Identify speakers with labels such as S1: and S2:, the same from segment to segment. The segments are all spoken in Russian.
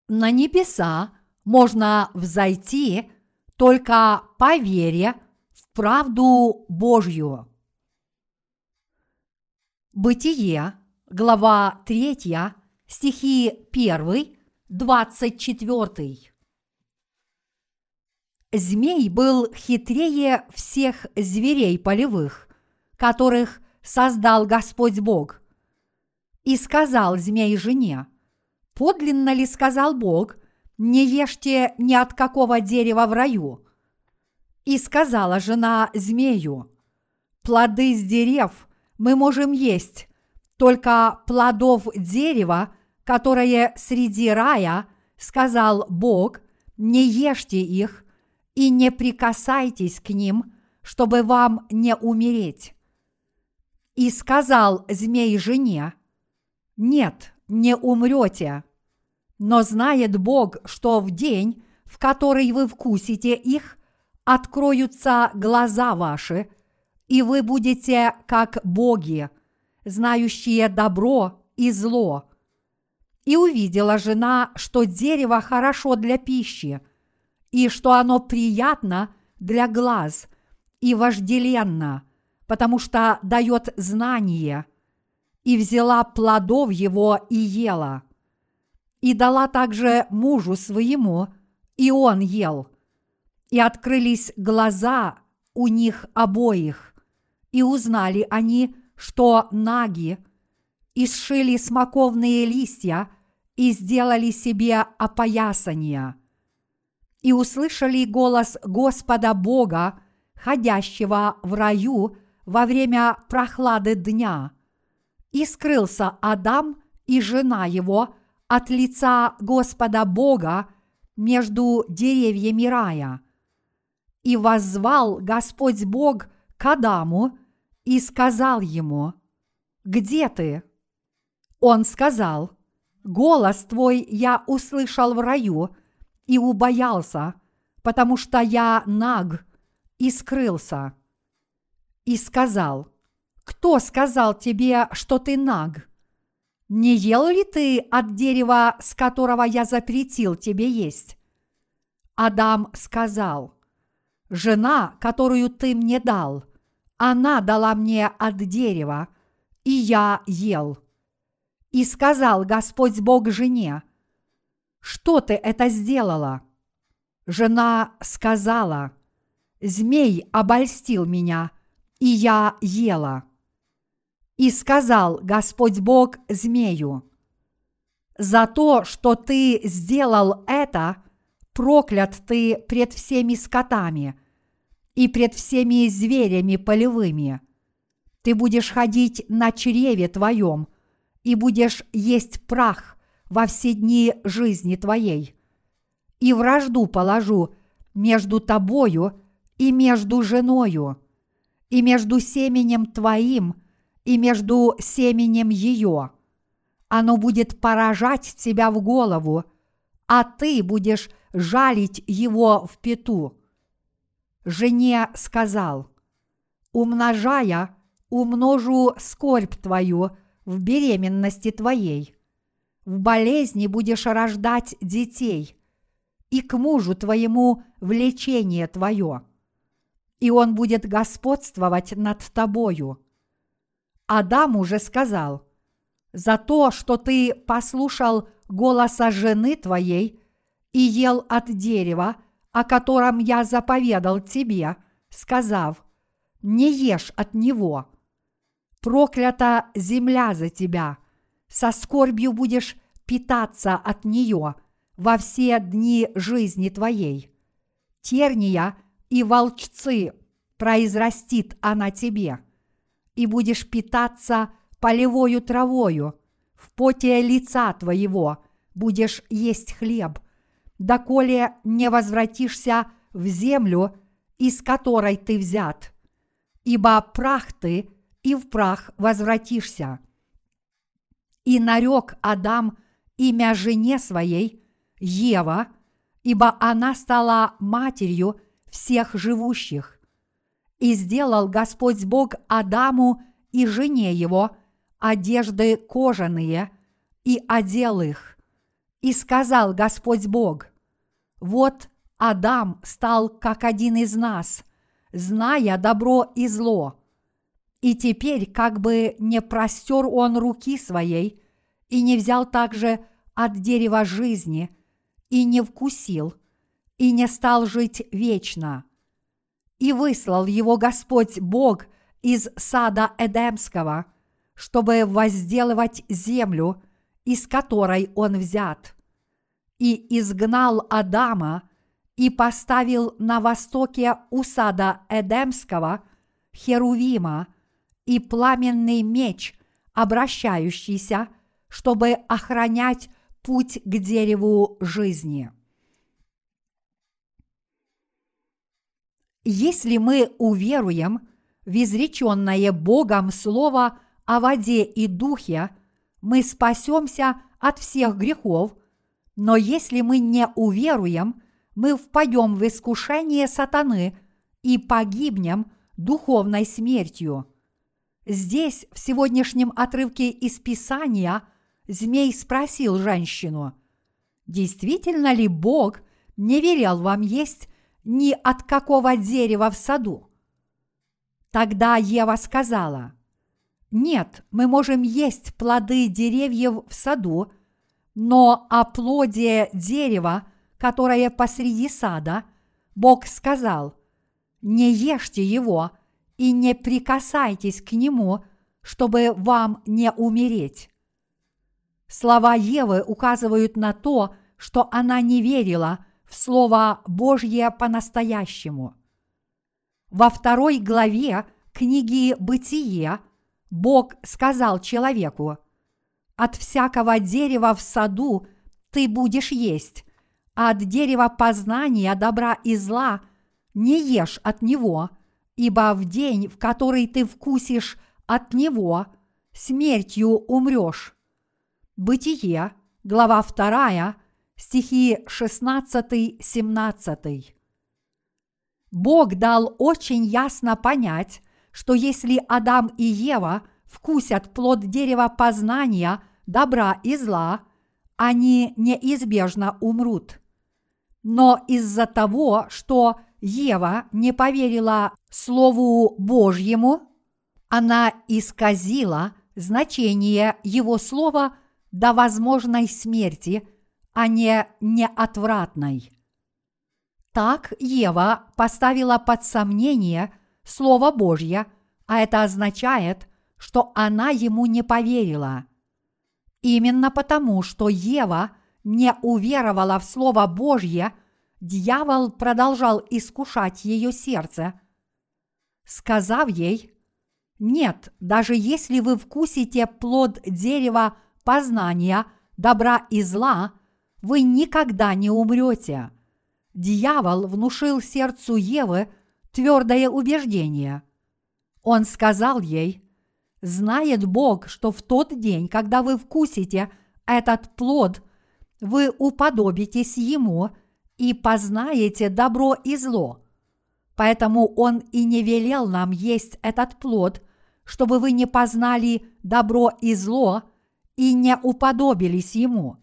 S1: На небеса можно взойти только по вере в правду Божью. Бытие, глава 3, стихи 1, 24. Змей был хитрее всех зверей полевых, которых создал Господь Бог. И сказал змей жене: «Подлинно ли сказал Бог, не ешьте ни от какого дерева в раю?» И сказала жена змею: «Плоды с дерев мы можем есть, только плодов дерева, которое среди рая, сказал Бог, не ешьте их и не прикасайтесь к ним, чтобы вам не умереть». И сказал змей жене: «Нет, не умрете, но знает Бог, что в день, в который вы вкусите их, откроются глаза ваши, и вы будете как боги, знающие добро и зло». И увидела жена, что дерево хорошо для пищи, и что оно приятно для глаз и вожделенно, потому что дает знание, и взяла плодов его и ела. И дала также мужу своему, и он ел. И открылись глаза у них обоих, и узнали они, что наги, и сшили смоковные листья, и сделали себе опоясания. И услышали голос Господа Бога, ходящего в раю во время прохлады дня. И скрылся Адам и жена его от лица Господа Бога между деревьями рая. И воззвал Господь Бог к Адаму и сказал ему: «Где ты?» Он сказал: «Голос твой я услышал в раю и убоялся, потому что я наг, и скрылся». И сказал: «Кто сказал тебе, что ты наг? Не ел ли ты от дерева, с которого я запретил тебе есть?» Адам сказал: «Жена, которую ты мне дал, она дала мне от дерева, и я ел». И сказал Господь Бог жене: «Что ты это сделала?» Жена сказала: «Змей обольстил меня, и я ела». И сказал Господь Бог змею: «За то, что ты сделал это, проклят ты пред всеми скотами и пред всеми зверями полевыми. Ты будешь ходить на чреве твоем и будешь есть прах во все дни жизни твоей. И вражду положу между тобою и между женою, и между семенем твоим и между семенем ее. Оно будет поражать тебя в голову, а ты будешь жалить его в пяту». Жене сказал: «Умножая, умножу скорбь твою в беременности твоей. В болезни будешь рождать детей, и к мужу твоему влечение твое, и он будет господствовать над тобою». Адам уже сказал: «За то, что ты послушал голоса жены твоей и ел от дерева, о котором я заповедал тебе, сказав: не ешь от него. Проклята земля за тебя, со скорбью будешь питаться от нее во все дни жизни твоей. Терния и волчцы произрастит она тебе, и будешь питаться полевою травою, в поте лица твоего будешь есть хлеб, доколе не возвратишься в землю, из которой ты взят, ибо прах ты, и в прах возвратишься». И нарек Адам имя жене своей Ева, ибо она стала матерью всех живущих. И сделал Господь Бог Адаму и жене его одежды кожаные, и одел их. И сказал Господь Бог: вот Адам стал как один из нас, зная добро и зло. И теперь как бы не простер он руки своей и не взял также от дерева жизни, и не вкусил, и не стал жить вечно. И выслал его Господь Бог из сада Эдемского, чтобы возделывать землю, из которой он взят. И изгнал Адама и поставил на востоке у сада Эдемского Херувима и пламенный меч, обращающийся, чтобы охранять путь к дереву жизни. Если мы уверуем в изреченное Богом слово о воде и духе, мы спасемся от всех грехов, но если мы не уверуем, мы впадем в искушение сатаны и погибнем духовной смертью. Здесь, в сегодняшнем отрывке из Писания, змей спросил женщину: «Действительно ли Бог не велел вам есть ни от какого дерева в саду?» Тогда Ева сказала: «Нет, мы можем есть плоды деревьев в саду, но о плоде дерева, которое посреди сада, Бог сказал: не ешьте его и не прикасайтесь к нему, чтобы вам не умереть». Слова Евы указывают на то, что она не верила в Слово Божье по-настоящему. Во 2 главе книги «Бытие» Бог сказал человеку: «От всякого дерева в саду ты будешь есть, а от дерева познания добра и зла не ешь от него, ибо в день, в который ты вкусишь от него, смертью умрешь». Бытие, глава 2, стихи 16-17. Бог дал очень ясно понять, что если Адам и Ева вкусят плод дерева познания добра и зла, они неизбежно умрут. Но из-за того, что Ева не поверила Слову Божьему, она исказила значение его слова до возможной смерти, а не неотвратной. Так Ева поставила под сомнение Слово Божье, а это означает, что она ему не поверила. Именно потому, что Ева не уверовала в Слово Божье, дьявол продолжал искушать ее сердце, сказав ей: «Нет, даже если вы вкусите плод дерева познания добра и зла, вы никогда не умрете». Дьявол внушил сердцу Евы твердое убеждение. Он сказал ей: «Знает Бог, что в тот день, когда вы вкусите этот плод, вы уподобитесь ему и познаете добро и зло. Поэтому Он и не велел нам есть этот плод, чтобы вы не познали добро и зло и не уподобились ему».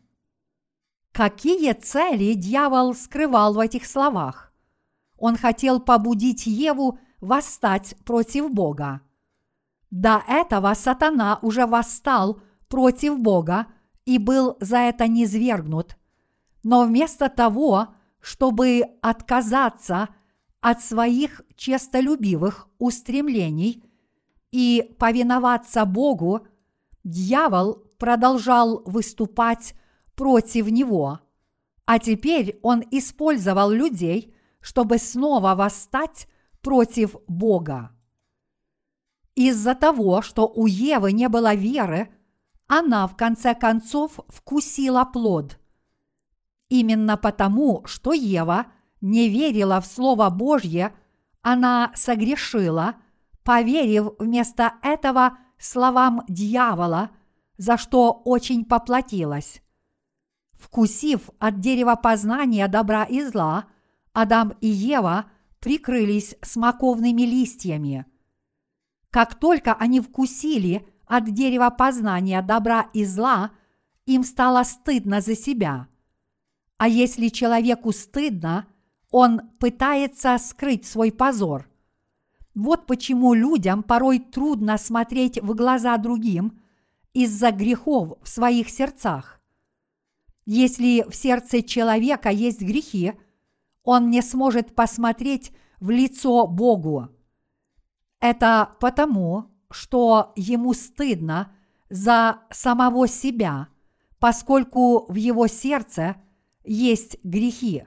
S1: Какие цели дьявол скрывал в этих словах? Он хотел побудить Еву восстать против Бога. До этого сатана уже восстал против Бога и был за это низвергнут. Но вместо того, чтобы отказаться от своих честолюбивых устремлений и повиноваться Богу, дьявол продолжал выступать против него. А теперь он использовал людей, чтобы снова восстать против Бога. Из-за того, что у Евы не было веры, она в конце концов вкусила плод. Именно потому, что Ева не верила в Слово Божье, она согрешила, поверив вместо этого словам дьявола, за что очень поплатилась. Вкусив от дерева познания добра и зла, Адам и Ева прикрылись смоковными листьями. Как только они вкусили от дерева познания добра и зла, им стало стыдно за себя. А если человеку стыдно, он пытается скрыть свой позор. Вот почему людям порой трудно смотреть в глаза другим из-за грехов в своих сердцах. Если в сердце человека есть грехи, он не сможет посмотреть в лицо Богу. Это потому, что ему стыдно за самого себя, поскольку в его сердце есть грехи.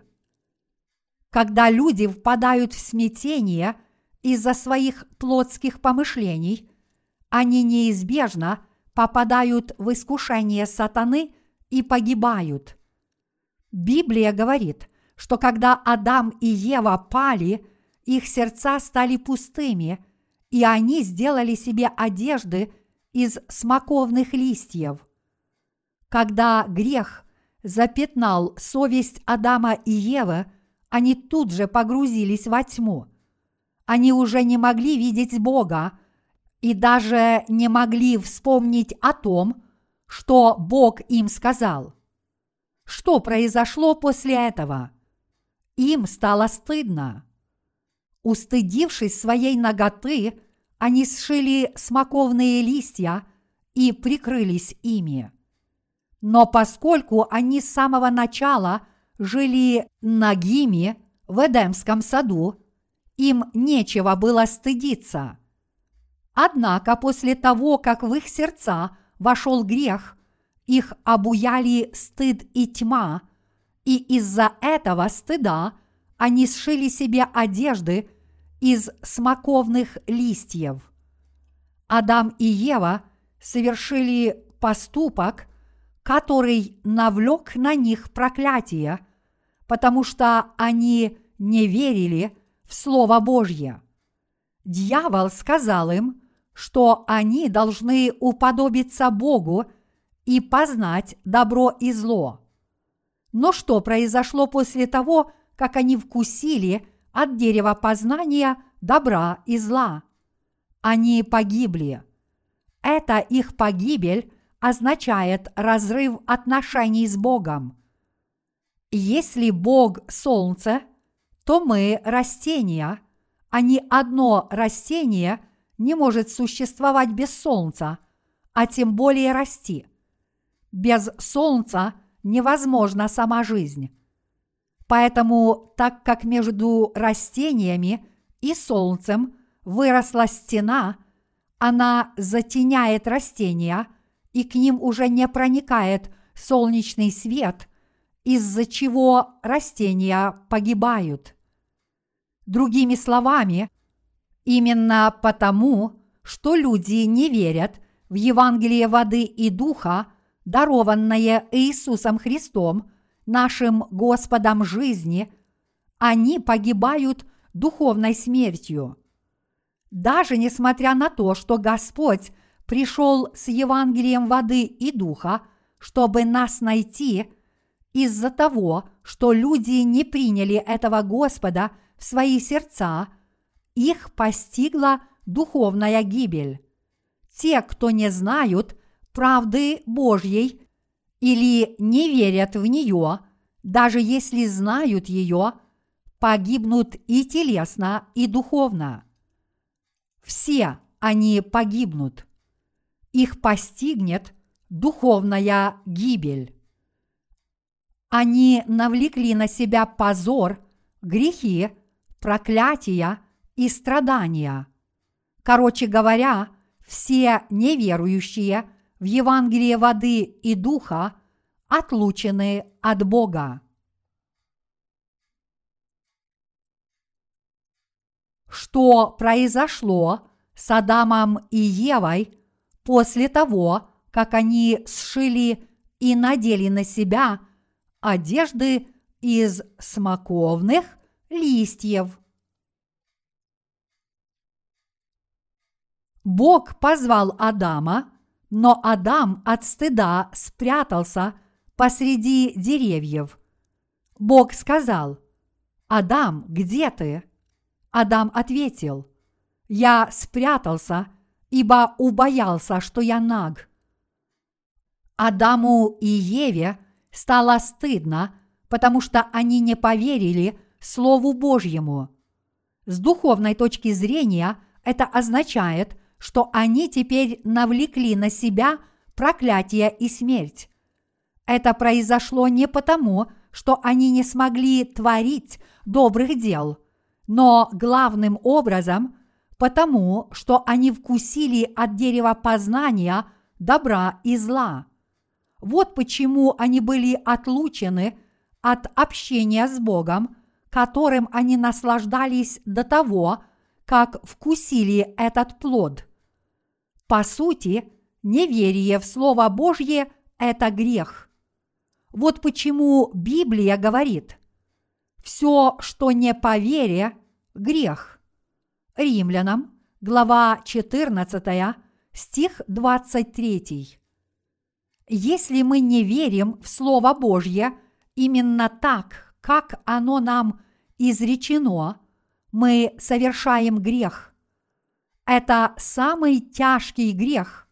S1: Когда люди впадают в смятение из-за своих плотских помышлений, они неизбежно попадают в искушение сатаны и погибают. Библия говорит, что когда Адам и Ева пали, их сердца стали пустыми, и они сделали себе одежды из смоковных листьев. Когда грех запятнал совесть Адама и Евы, они тут же погрузились во тьму. Они уже не могли видеть Бога и даже не могли вспомнить о том, что Бог им сказал. Что произошло после этого? Им стало стыдно. Устыдившись своей наготы, они сшили смоковные листья и прикрылись ими. Но поскольку они с самого начала жили нагими в Эдемском саду, им нечего было стыдиться. Однако после того, как в их сердца вошел грех, их обуяли стыд и тьма, и из-за этого стыда они сшили себе одежды из смоковных листьев. Адам и Ева совершили поступок, который навлек на них проклятие, потому что они не верили в Слово Божье. Дьявол сказал им, что они должны уподобиться Богу и познать добро и зло. Но что произошло после того, как они вкусили от дерева познания добра и зла? Они погибли. Эта их погибель означает разрыв отношений с Богом. Если Бог – солнце, то мы – растения, а ни одно растение не может существовать без солнца, а тем более расти. Без солнца невозможна сама жизнь. Поэтому, так как между растениями и солнцем выросла стена, она затеняет растения, и к ним уже не проникает солнечный свет, из-за чего растения погибают. Другими словами, именно потому, что люди не верят в Евангелие воды и духа, дарованное Иисусом Христом, нашим Господом жизни, они погибают духовной смертью. Даже несмотря на то, что Господь пришел с Евангелием воды и духа, чтобы нас найти, из-за того, что люди не приняли этого Господа в свои сердца, их постигла духовная гибель. Те, кто не знают правды Божьей или не верят в нее, даже если знают ее, погибнут и телесно, и духовно. Все они погибнут. Их постигнет духовная гибель. Они навлекли на себя позор, грехи, проклятия и страдания. Короче говоря, все неверующие в Евангелие воды и духа отлучены от Бога. Что произошло с Адамом и Евой после того, как они сшили и надели на себя одежды из смоковных листьев? Бог позвал Адама, но Адам от стыда спрятался посреди деревьев. Бог сказал: «Адам, где ты?» Адам ответил: «Я спрятался, ибо убоялся, что я наг». Адаму и Еве стало стыдно, потому что они не поверили Слову Божьему. С духовной точки зрения это означает, что они теперь навлекли на себя проклятие и смерть. Это произошло не потому, что они не смогли творить добрых дел, но главным образом потому, что они вкусили от дерева познания добра и зла. Вот почему они были отлучены от общения с Богом, которым они наслаждались до того, как вкусили этот плод. По сути, неверие в Слово Божье – это грех. Вот почему Библия говорит: «Все, что не по вере, грех». Римлянам, глава 14, стих 23. Если мы не верим в Слово Божье именно так, как оно нам изречено, мы совершаем грех. Это самый тяжкий грех.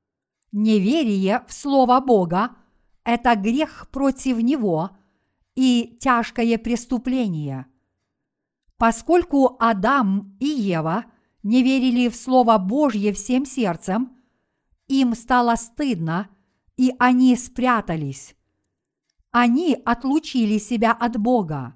S1: Неверие в Слово Бога – это грех против Него и тяжкое преступление. Поскольку Адам и Ева не верили в Слово Божье всем сердцем, им стало стыдно, и они спрятались. Они отлучили себя от Бога.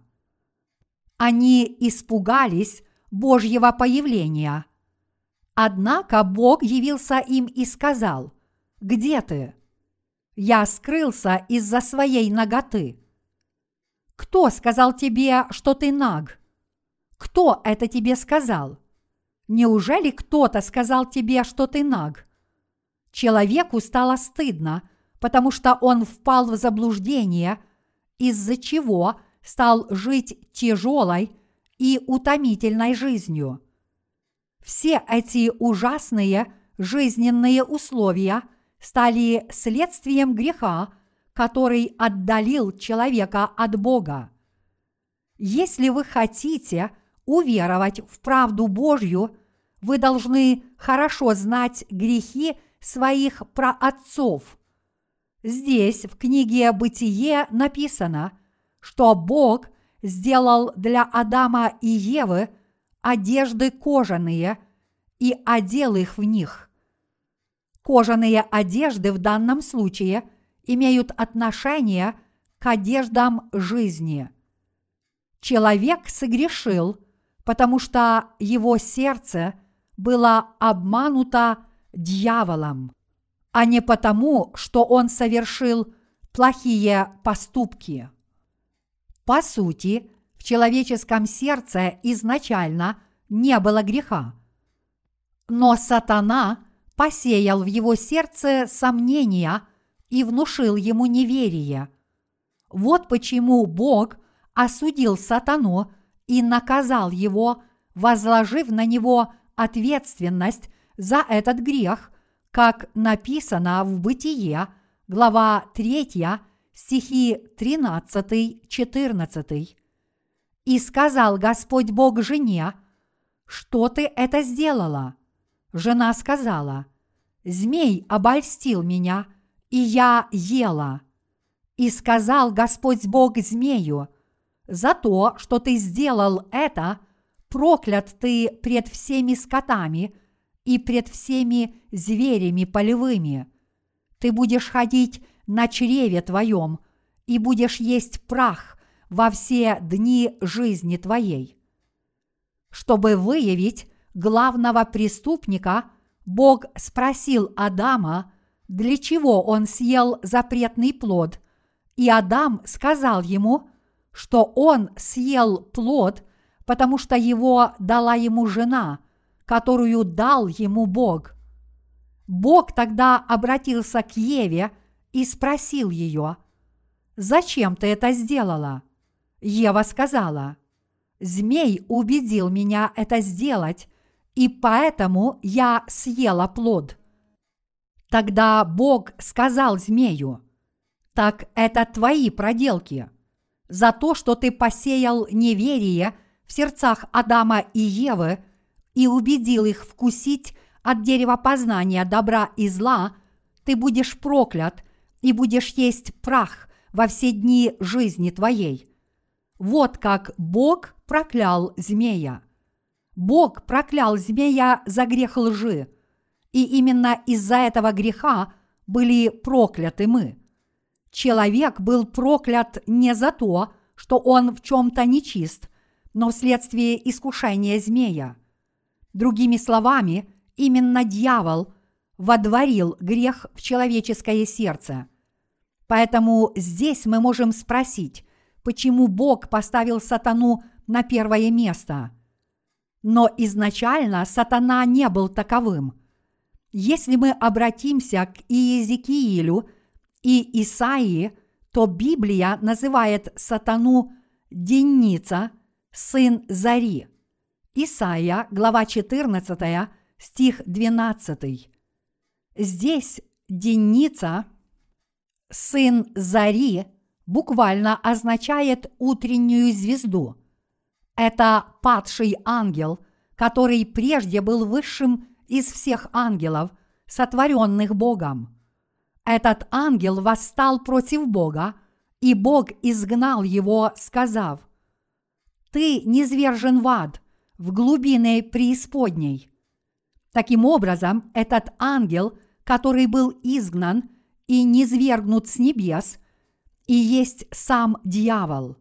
S1: Они испугались Божьего появления. Однако Бог явился им и сказал: «Где ты? Я скрылся из-за своей наготы». Кто сказал тебе, что ты наг? Кто это тебе сказал? Неужели кто-то сказал тебе, что ты наг? Человеку стало стыдно, потому что он впал в заблуждение, из-за чего стал жить тяжелой и утомительной жизнью. Все эти ужасные жизненные условия стали следствием греха, который отдалил человека от Бога. Если вы хотите уверовать в правду Божью, вы должны хорошо знать грехи своих праотцов. Здесь, в книге «Бытие» написано, что Бог сделал для Адама и Евы одежды кожаные и одел их в них. Кожаные одежды в данном случае имеют отношение к одеждам жизни. Человек согрешил, потому что его сердце было обмануто дьяволом, а не потому, что он совершил плохие поступки. По сути, в человеческом сердце изначально не было греха, но сатана посеял в его сердце сомнения и внушил ему неверие. Вот почему Бог осудил сатану и наказал его, возложив на него ответственность за этот грех, как написано в Бытие, глава 3, стихи 13-14. «И сказал Господь Бог жене: что ты это сделала?» Жена сказала: «Змей обольстил меня, и я ела». И сказал Господь Бог змею: «За то, что ты сделал это, проклят ты пред всеми скотами и пред всеми зверями полевыми. Ты будешь ходить на чреве твоем и будешь есть прах во все дни жизни твоей». Чтобы выявить главного преступника, Бог спросил Адама, для чего он съел запретный плод, и Адам сказал ему, что он съел плод, потому что его дала ему жена, которую дал ему Бог. Бог тогда обратился к Еве и спросил ее: «Зачем ты это сделала?» Ева сказала: «Змей убедил меня это сделать, и поэтому я съела плод». Тогда Бог сказал змею: «Так это твои проделки. За то, что ты посеял неверие в сердцах Адама и Евы и убедил их вкусить от дерева познания добра и зла, ты будешь проклят и будешь есть прах во все дни жизни твоей. Вот как Бог проклял змея. Бог проклял змея за грех лжи, и именно из-за этого греха были прокляты мы. Человек был проклят не за то, что он в чем-то нечист, но вследствие искушения змея. Другими словами, именно дьявол водворил грех в человеческое сердце. Поэтому здесь мы можем спросить, почему Бог поставил сатану на первое место. Но изначально сатана не был таковым. Если мы обратимся к Иезекиилю и Исаии, то Библия называет сатану «денница», «сын зари». Исайя, глава 14, стих 12. Здесь «денница», «сын зари» буквально означает утреннюю звезду. Это падший ангел, который прежде был высшим из всех ангелов, сотворенных Богом. Этот ангел восстал против Бога, и Бог изгнал его, сказав: «Ты низвержен в ад, в глубины преисподней». Таким образом, этот ангел, который был изгнан и низвергнут с небес, и есть сам дьявол.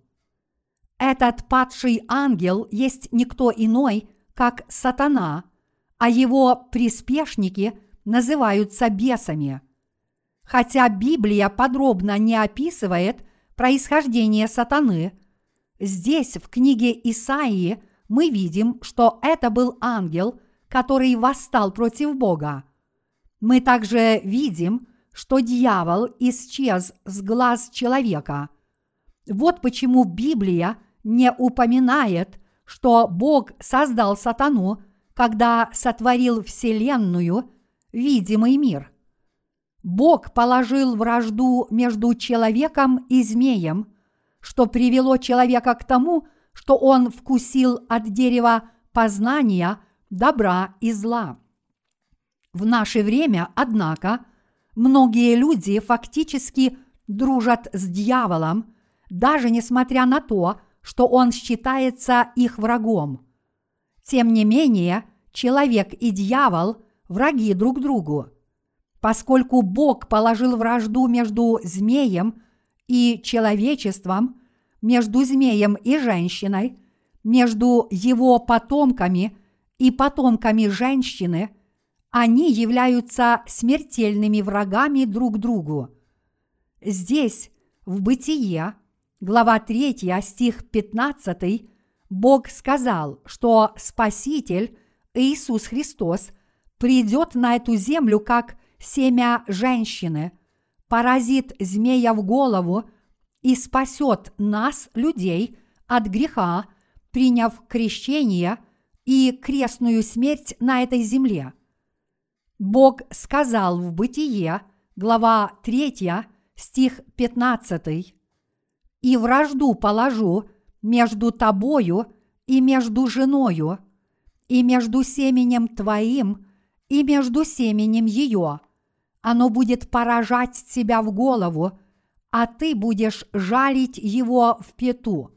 S1: Этот падший ангел есть никто иной, как сатана, а его приспешники называются бесами. Хотя Библия подробно не описывает происхождение сатаны, здесь, в книге Исаии, мы видим, что это был ангел, который восстал против Бога. Мы также видим, что дьявол исчез с глаз человека. Вот почему Библия не упоминает, что Бог создал сатану, когда сотворил вселенную, видимый мир. Бог положил вражду между человеком и змеем, что привело человека к тому, что он вкусил от дерева познания добра и зла. В наше время, однако, многие люди фактически дружат с дьяволом, даже несмотря на то, что он считается их врагом. Тем не менее, человек и дьявол – враги друг другу. Поскольку Бог положил вражду между змеем и человечеством, между змеем и женщиной, между его потомками и потомками женщины, они являются смертельными врагами друг другу. Здесь, в Бытие, глава 3, стих 15, Бог сказал, что Спаситель Иисус Христос придет на эту землю как семя женщины, поразит змея в голову и спасет нас, людей, от греха, приняв крещение и крестную смерть на этой земле. Бог сказал в Бытие, глава 3, стих 15, «И вражду положу между тобою и между женою, и между семенем твоим и между семенем ее. Оно будет поражать тебя в голову, а ты будешь жалить его в пяту».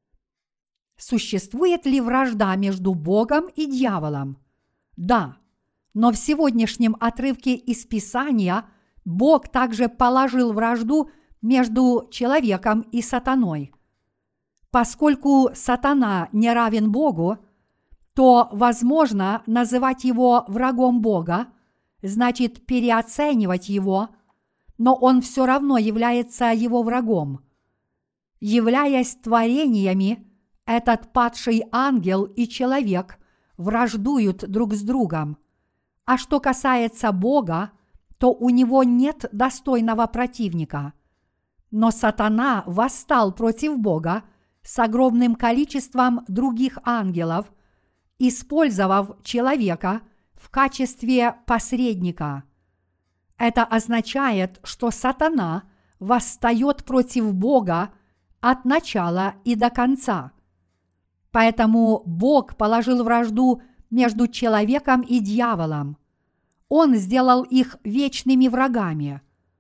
S1: Существует ли вражда между Богом и дьяволом? Да, но в сегодняшнем отрывке из Писания Бог также положил вражду между человеком и сатаной. Поскольку сатана не равен Богу, то возможно называть его врагом Бога, значит переоценивать его, но он все равно является его врагом. Являясь творениями, этот падший ангел и человек враждуют друг с другом. А что касается Бога, то у него нет достойного противника. Но сатана восстал против Бога с огромным количеством других ангелов, использовав человека в качестве посредника. Это означает, что сатана восстает против Бога от начала и до конца. Поэтому Бог положил вражду между человеком и дьяволом. Он сделал их вечными врагами.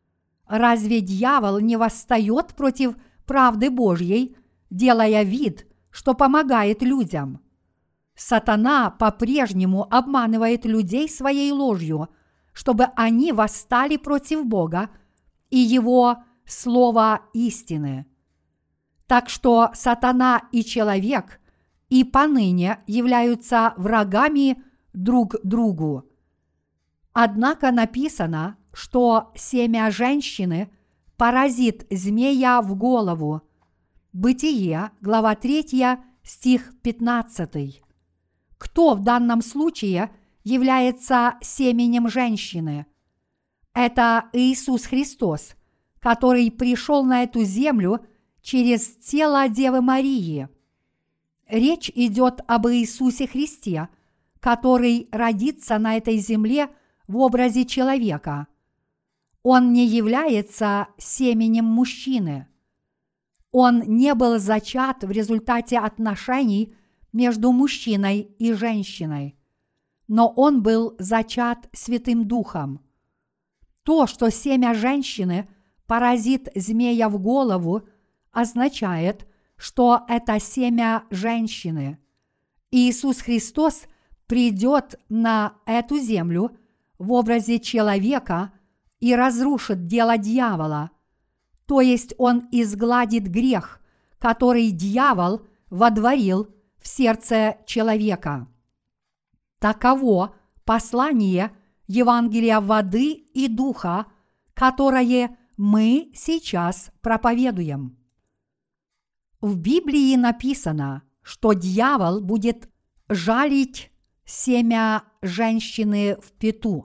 S1: Разве дьявол не восстает против правды Божьей, делая вид, что помогает людям? Сатана по-прежнему обманывает людей своей ложью, чтобы они восстали против Бога и Его слова истины. Так что сатана и человек и поныне являются врагами друг другу. Однако написано, что семя женщины поразит змея в голову. Бытие, глава 3, стих 15. Кто в данном случае является семенем женщины? Это Иисус Христос, который пришел на эту землю через тело Девы Марии. Речь идет об Иисусе Христе, который родится на этой земле в образе человека. Он не является семенем мужчины. Он не был зачат в результате отношений между мужчиной и женщиной, но он был зачат Святым Духом. То, что семя женщины поразит змея в голову, означает, что это семя женщины. Иисус Христос придет на эту землю в образе человека и разрушит дело дьявола, то есть он изгладит грех, который дьявол водворил в сердце человека. Таково послание Евангелия воды и духа, которое мы сейчас проповедуем. В Библии написано, что дьявол будет жалить семя женщины в пету.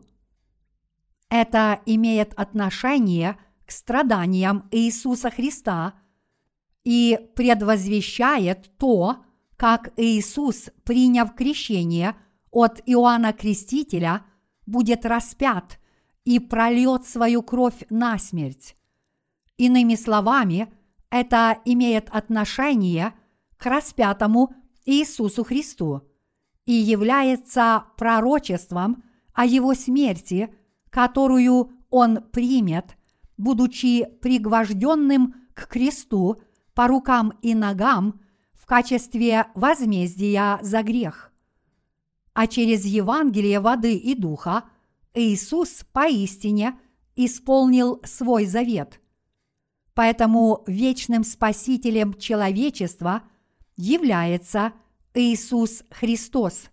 S1: Это имеет отношение к страданиям Иисуса Христа и предвозвещает то, как Иисус, приняв крещение от Иоанна Крестителя, будет распят и прольет свою кровь на смерть. Иными словами, это имеет отношение к распятому Иисусу Христу и является пророчеством о Его смерти, которую Он примет, будучи пригвожденным к кресту по рукам и ногам в качестве возмездия за грех. А через Евангелие воды и духа Иисус поистине исполнил свой завет. Поэтому вечным Спасителем человечества является Иисус Христос.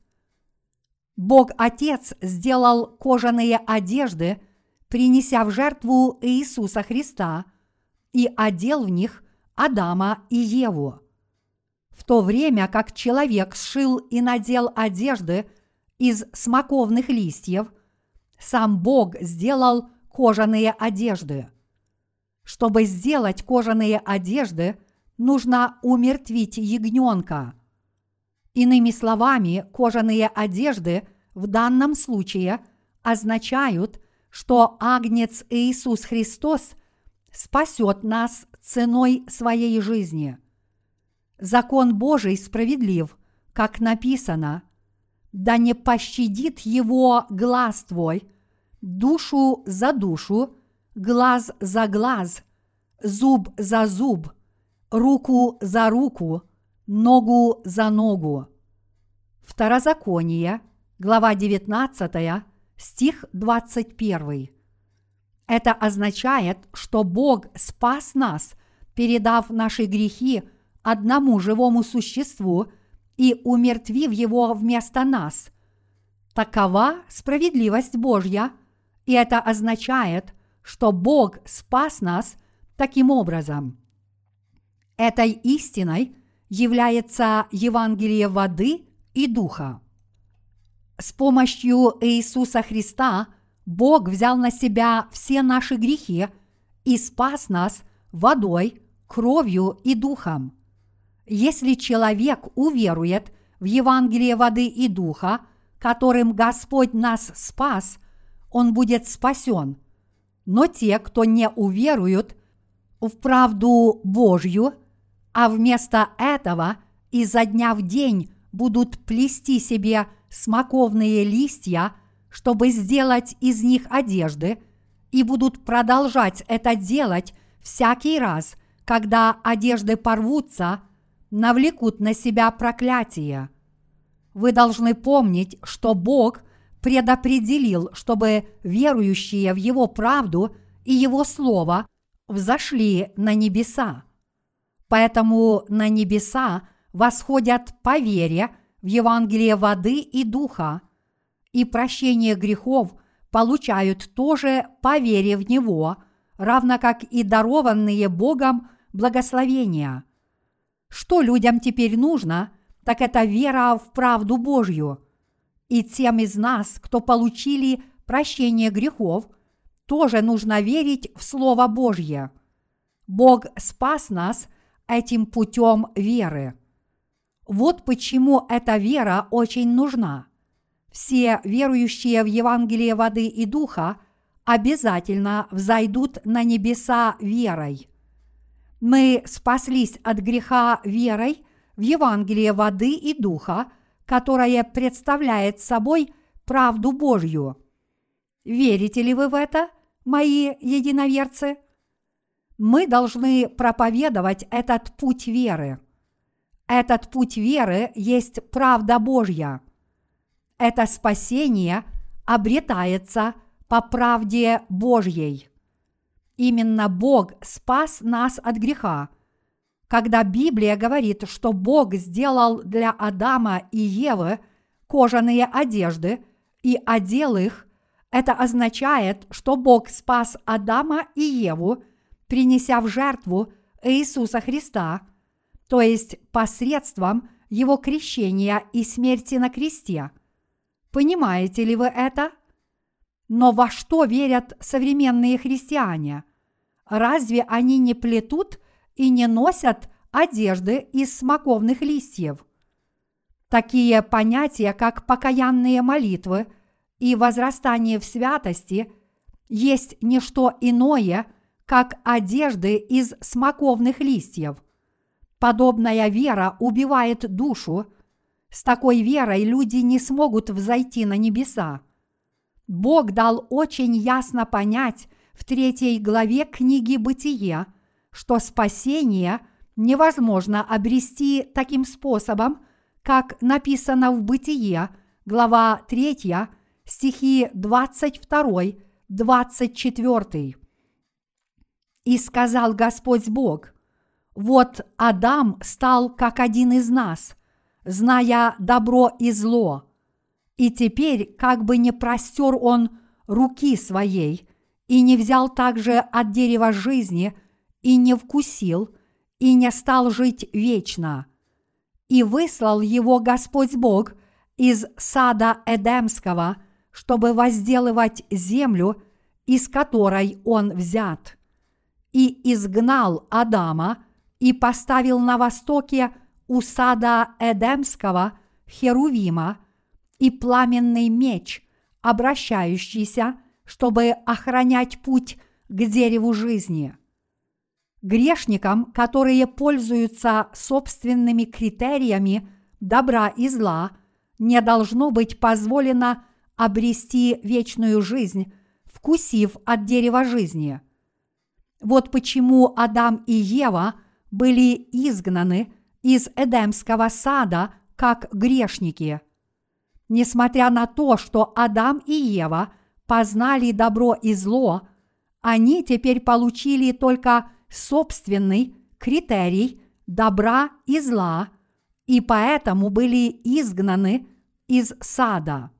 S1: Бог Отец сделал кожаные одежды, принеся в жертву Иисуса Христа, и одел в них Адама и Еву. В то время как человек сшил и надел одежды из смоковных листьев, сам Бог сделал кожаные одежды. Чтобы сделать кожаные одежды, нужно умертвить ягненка. Иными словами, кожаные одежды в данном случае означают, что Агнец Иисус Христос спасет нас ценой своей жизни. Закон Божий справедлив, как написано: «Да не пощадит его глаз твой, душу за душу, глаз за глаз, зуб за зуб, руку за руку, ногу за ногу». Второзаконие, глава 19, стих 21. Это означает, что Бог спас нас, передав наши грехи одному живому существу и умертвив его вместо нас. Такова справедливость Божья, и это означает, что Бог спас нас таким образом. Этой истиной является Евангелие воды и духа. С помощью Иисуса Христа Бог взял на себя все наши грехи и спас нас водой, кровью и духом. Если человек уверует в Евангелие воды и духа, которым Господь нас спас, он будет спасен. Но те, кто не уверуют в правду Божью, а вместо этого изо дня в день будут плести себе смоковные листья, чтобы сделать из них одежды, и будут продолжать это делать всякий раз, когда одежды порвутся, навлекут на себя проклятие. Вы должны помнить, что Бог предопределил, чтобы верующие в Его правду и Его Слово взошли на небеса. Поэтому на небеса восходят по вере в Евангелие воды и духа, и прощение грехов получают тоже по вере в Него, равно как и дарованные Богом благословения. Что людям теперь нужно, так это вера в правду Божью. И тем из нас, кто получили прощение грехов, тоже нужно верить в Слово Божье. Бог спас нас этим путем веры. Вот почему эта вера очень нужна. Все верующие в Евангелие воды и духа обязательно взойдут на небеса верой. Мы спаслись от греха верой в Евангелие воды и духа, которое представляет собой правду Божью. Верите ли вы в это, мои единоверцы? Мы должны проповедовать этот путь веры. Этот путь веры есть правда Божья. Это спасение обретается по правде Божьей. Именно Бог спас нас от греха. Когда Библия говорит, что Бог сделал для Адама и Евы кожаные одежды и одел их, это означает, что Бог спас Адама и Еву, принеся в жертву Иисуса Христа, то есть посредством Его крещения и смерти на кресте. Понимаете ли вы это? Но во что верят современные христиане? Разве они не плетут и не носят одежды из смоковных листьев? Такие понятия, как покаянные молитвы и возрастание в святости, есть не что иное, как одежды из смоковных листьев. Подобная вера убивает душу. С такой верой люди не смогут взойти на небеса. Бог дал очень ясно понять в 3 главе книги «Бытие», что спасение невозможно обрести таким способом, как написано в Бытие, глава 3, стихи 22-24. «И сказал Господь Бог: вот Адам стал как один из нас, зная добро и зло. И теперь, как бы не простер он руки своей, и не взял также от дерева жизни, и не вкусил, и не стал жить вечно. И выслал его Господь Бог из сада Эдемского, чтобы возделывать землю, из которой он взят. И изгнал Адама, и поставил на востоке у сада Эдемского Херувима и пламенный меч, обращающийся, чтобы охранять путь к дереву жизни». Грешникам, которые пользуются собственными критериями добра и зла, не должно быть позволено обрести вечную жизнь, вкусив от дерева жизни. Вот почему Адам и Ева были изгнаны из Эдемского сада как грешники. Несмотря на то, что Адам и Ева познали добро и зло, они теперь получили только собственный критерий добра и зла, и поэтому были изгнаны из сада.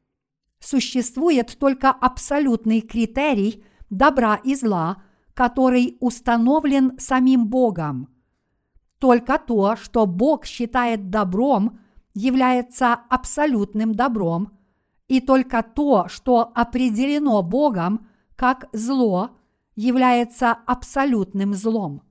S1: Существует только абсолютный критерий добра и зла, который установлен самим Богом. Только то, что Бог считает добром, является абсолютным добром, и только то, что определено Богом как зло, является абсолютным злом.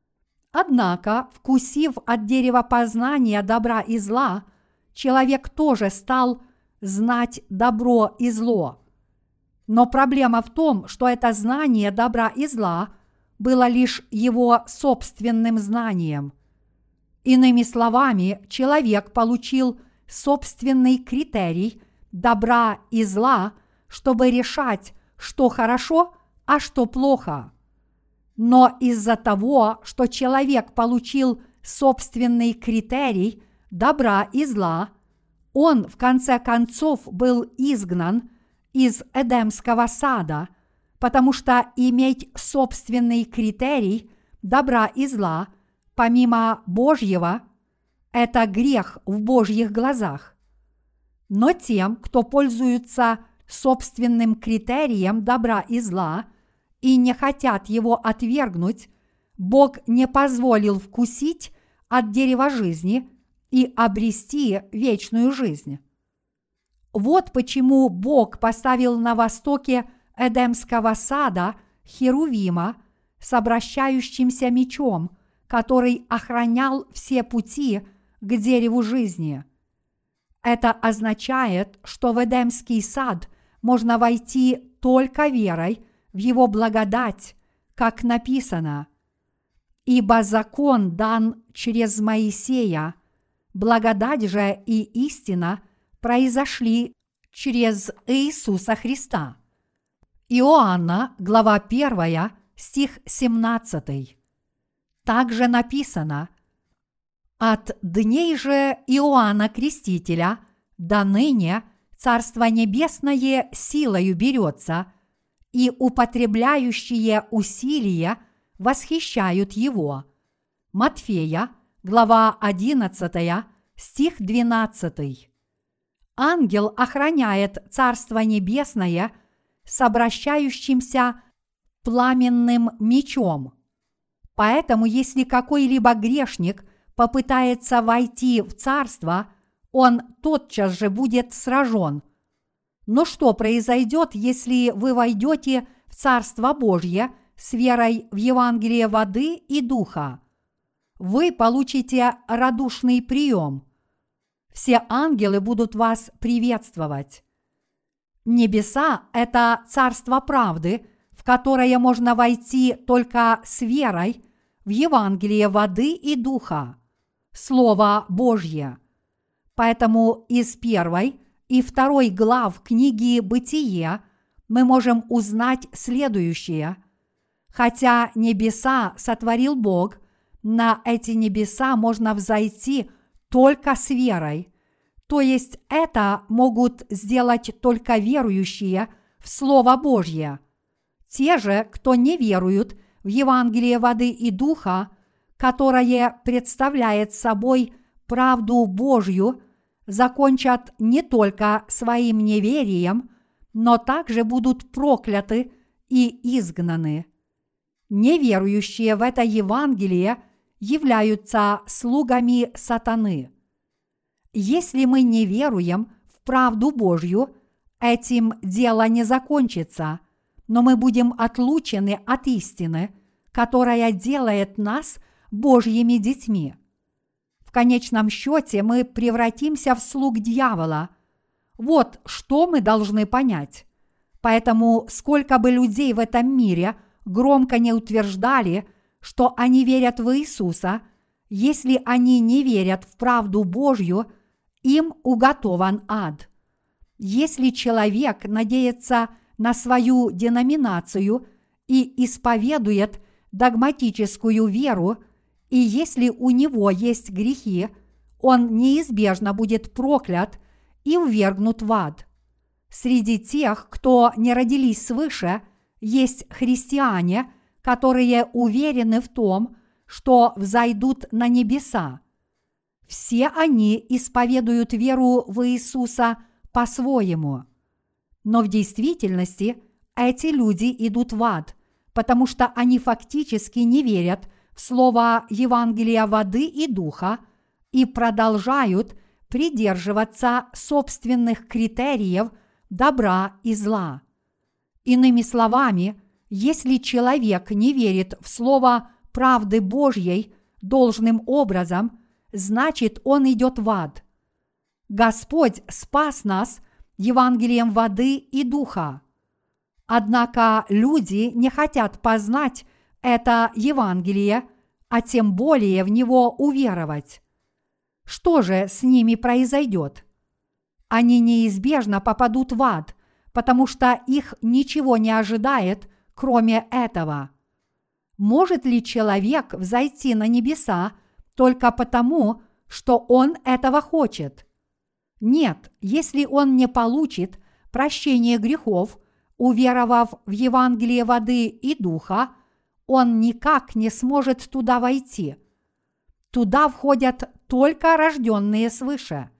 S1: Однако, вкусив от дерева познания добра и зла, человек тоже стал знать добро и зло. Но проблема в том, что это знание добра и зла было лишь его собственным знанием. Иными словами, человек получил собственный критерий добра и зла, чтобы решать, что хорошо, а что плохо. Но из-за того, что человек получил собственный критерий добра и зла, он в конце концов был изгнан из Эдемского сада, потому что иметь собственный критерий добра и зла помимо Божьего – это грех в Божьих глазах. Но тем, кто пользуется собственным критерием добра и зла и не хотят его отвергнуть, Бог не позволил вкусить от дерева жизни и обрести вечную жизнь. Вот почему Бог поставил на востоке Эдемского сада Херувима с обращающимся мечом, который охранял все пути к дереву жизни. Это означает, что в Эдемский сад можно войти только верой в его благодать, как написано: «Ибо закон дан через Моисея, благодать же и истина произошли через Иисуса Христа». Иоанна, глава 1, стих 17. Также написано: «От дней же Иоанна Крестителя до ныне Царство Небесное силою берется, и употребляющие усилия восхищают его». Матфея, глава 11, стих 12. Ангел охраняет Царство Небесное с обращающимся пламенным мечом. Поэтому, если какой-либо грешник попытается войти в Царство, он тотчас же будет сражен. Но что произойдет, если вы войдете в Царство Божье с верой в Евангелие воды и духа? Вы получите радушный прием. Все ангелы будут вас приветствовать. Небеса – это царство правды, в которое можно войти только с верой в Евангелие воды и духа, Слово Божье. Поэтому из 1 и 2 глав книги «Бытие» мы можем узнать следующее. Хотя небеса сотворил Бог, на эти небеса можно взойти только с верой. То есть это могут сделать только верующие в Слово Божье. Те же, кто не веруют в Евангелие воды и духа, которое представляет собой правду Божью, закончат не только своим неверием, но также будут прокляты и изгнаны. Неверующие в это Евангелие являются слугами сатаны. Если мы не веруем в правду Божью, этим дело не закончится, но мы будем отлучены от истины, которая делает нас Божьими детьми. В конечном счете мы превратимся в слуг дьявола. Вот что мы должны понять. Поэтому сколько бы людей в этом мире громко не утверждали, что они верят в Иисуса, если они не верят в правду Божью, им уготован ад. Если человек надеется на свою деноминацию и исповедует догматическую веру, и если у него есть грехи, он неизбежно будет проклят и ввергнут в ад. Среди тех, кто не родились свыше, есть христиане, которые уверены в том, что взойдут на небеса. Все они исповедуют веру в Иисуса по-своему. Но в действительности эти люди идут в ад, потому что они фактически не верят в слово Евангелия воды и духа и продолжают придерживаться собственных критериев добра и зла. Иными словами, если человек не верит в слово правды Божьей должным образом, значит, он идет в ад. Господь спас нас Евангелием воды и духа. Однако люди не хотят познать это Евангелие, а тем более в него уверовать. Что же с ними произойдет? Они неизбежно попадут в ад, потому что их ничего не ожидает, кроме этого? Может ли человек взойти на небеса только потому, что он этого хочет? Нет, если он не получит прощение грехов, уверовав в Евангелие воды и духа, он никак не сможет туда войти. Туда входят только рожденные свыше.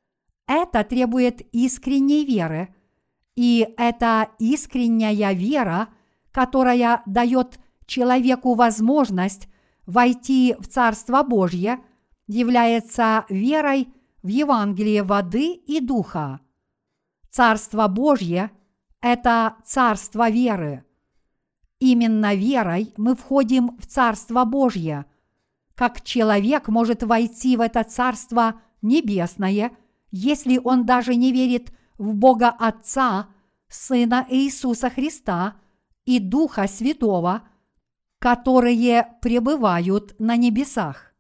S1: Это требует искренней веры, и эта искренняя вера, которая дает человеку возможность войти в Царство Божье, является верой в Евангелие воды и духа. Царство Божье – это царство веры. Именно верой мы входим в Царство Божье. Как человек может войти в это Царство Небесное, если он даже не верит в Бога Отца, Сына Иисуса Христа и Духа Святого, которые пребывают на небесах?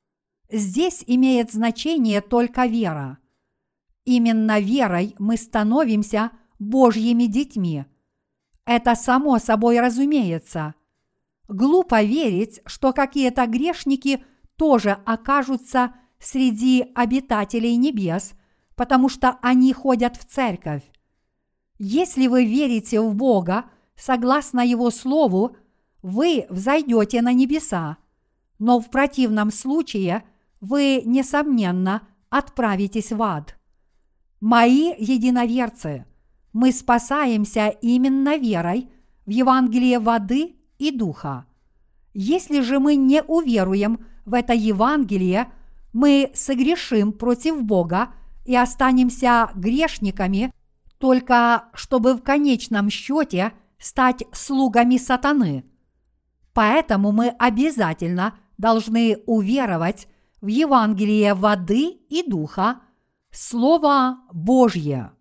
S1: Здесь имеет значение только вера. Именно верой мы становимся Божьими детьми. Это само собой разумеется. Глупо верить, что какие-то грешники тоже окажутся среди обитателей небес, потому что они ходят в церковь. Если вы верите в Бога, согласно Его Слову, вы взойдете на небеса, но в противном случае вы, несомненно, отправитесь в ад. Мои единоверцы, мы спасаемся именно верой в Евангелие воды и духа. Если же мы не уверуем в это Евангелие, мы согрешим против Бога и останемся грешниками, только чтобы в конечном счете стать слугами сатаны. Поэтому мы обязательно должны уверовать в Евангелие воды и духа, Слово Божье.